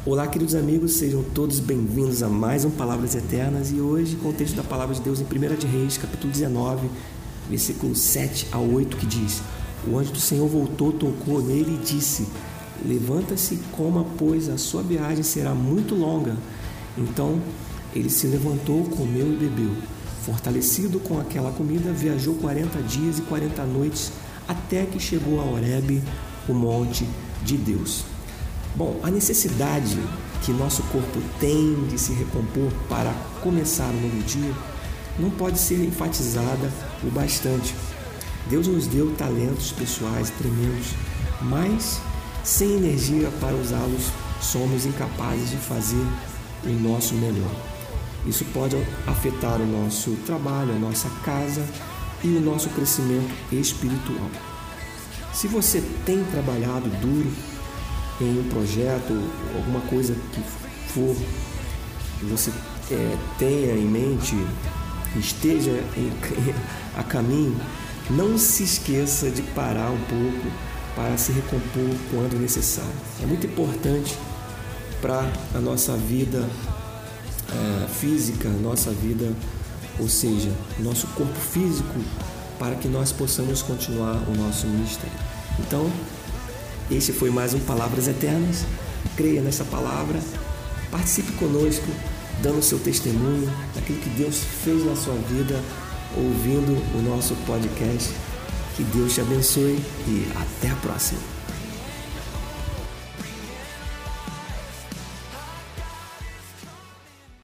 Olá, queridos amigos, sejam todos bem-vindos a mais um Palavras Eternas e hoje com o texto da Palavra de Deus em 1 de Reis, capítulo 19, versículos 7 a 8, que diz: O anjo do Senhor voltou, tocou nele e disse: Levanta-se, coma, pois a sua viagem será muito longa. Então ele se levantou, comeu e bebeu. Fortalecido com aquela comida, viajou 40 dias e 40 noites até que chegou a Horebe, o monte de Deus. Bom, a necessidade que nosso corpo tem de se recompor para começar um novo dia não pode ser enfatizada o bastante. Deus nos deu talentos pessoais tremendos, mas sem energia para usá-los, somos incapazes de fazer o nosso melhor. Isso pode afetar o nosso trabalho, a nossa casa e o nosso crescimento espiritual. Se você tem trabalhado duro em um projeto, alguma coisa que for, que você tenha em mente, esteja a caminho, não se esqueça de parar um pouco para se recompor quando necessário. É muito importante para a nossa vida física, nossa vida, ou seja, nosso corpo físico, para que nós possamos continuar o nosso ministério. Então, este foi mais um Palavras Eternas. Creia nessa palavra, participe conosco, dando o seu testemunho daquilo que Deus fez na sua vida, ouvindo o nosso podcast. Que Deus te abençoe e até a próxima.